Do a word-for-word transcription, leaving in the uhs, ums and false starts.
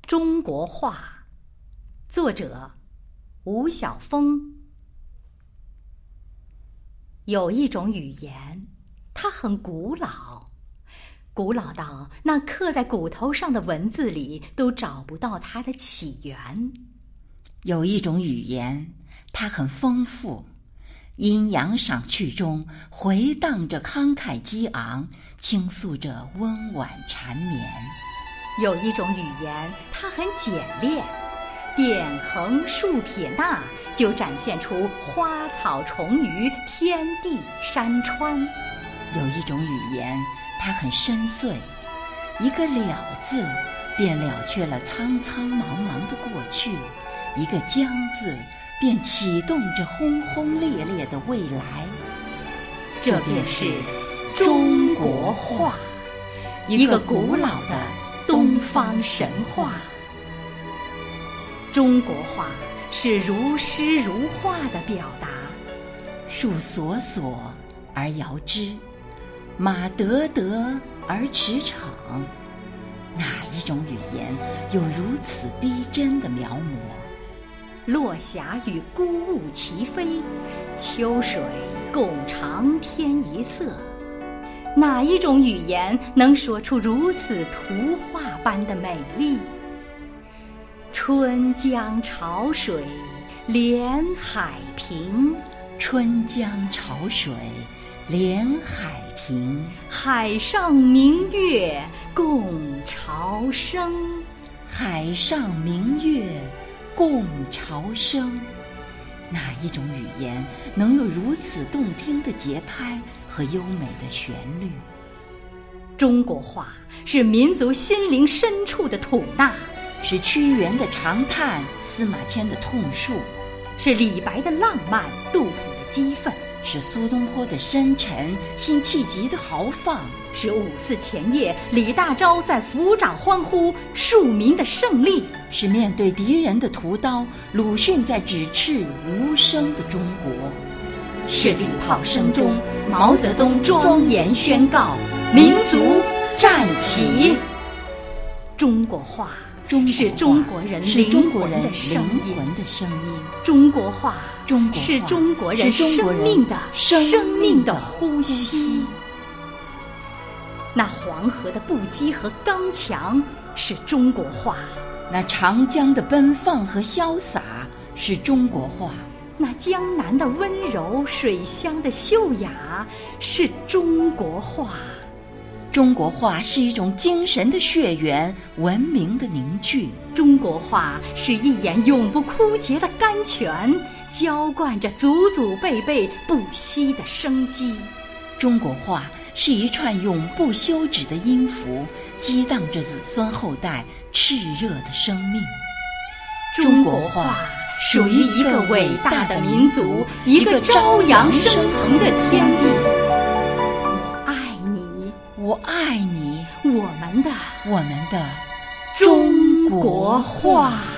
中国话，作者吴晓峰。有一种语言，它很古老，古老到那刻在骨头上的文字里都找不到它的起源。 有一种语言，它很丰富，阴阳赏趣中回荡着慷慨激昂，倾诉着温婉缠绵。 有一种语言，它很简练，点横竖撇捺就展现出花草虫鱼、天地山川。 有一种语言，它很深邃，一个了字便了却了苍苍茫茫的过去，一个将字便启动着轰轰烈烈的未来。 这便是中国话，一个古老的东方神话。中国话是如诗如画的表达， 树索索而摇之，马得得而驰骋。哪一种语言有如此逼真的描摹？ 落霞与孤鹜齐飞，秋水共长天一色。哪一种语言能说出如此图画般的美丽？春江潮水连海平， 春江潮水连海平， 海上明月共潮生， 海上明月共潮生。哪一种语言能有如此动听的节拍和优美的旋律？ 中国话是民族心灵深处的吐纳， 是屈原的长叹，司马迁的痛述， 是李白的浪漫，杜甫的激愤， 是苏东坡的深沉，辛弃疾的豪放， 是五四前夜李大钊在抚掌欢呼庶民的胜利， 是面对敌人的屠刀，鲁迅在指斥无声的中国， 是礼炮声中毛泽东庄严宣告民族站起。中国话是中国人灵魂的声音，中国话是中国人生命的生命的呼吸。那黄河的不羁和刚强是中国话， 那长江的奔放和潇洒是中国话， 那江南的温柔水乡的秀雅是中国话。 中国话是一种精神的血缘，文明的凝聚。 中国话是一眼永不枯竭的甘泉，浇灌着祖祖辈辈不息的生机。 中国话是一串永不休止的音符，激荡着子孙后代炽热的生命。 中国话属于一个伟大的民族，一个朝阳升腾的天地。 我爱你， 我们的我们的中国话。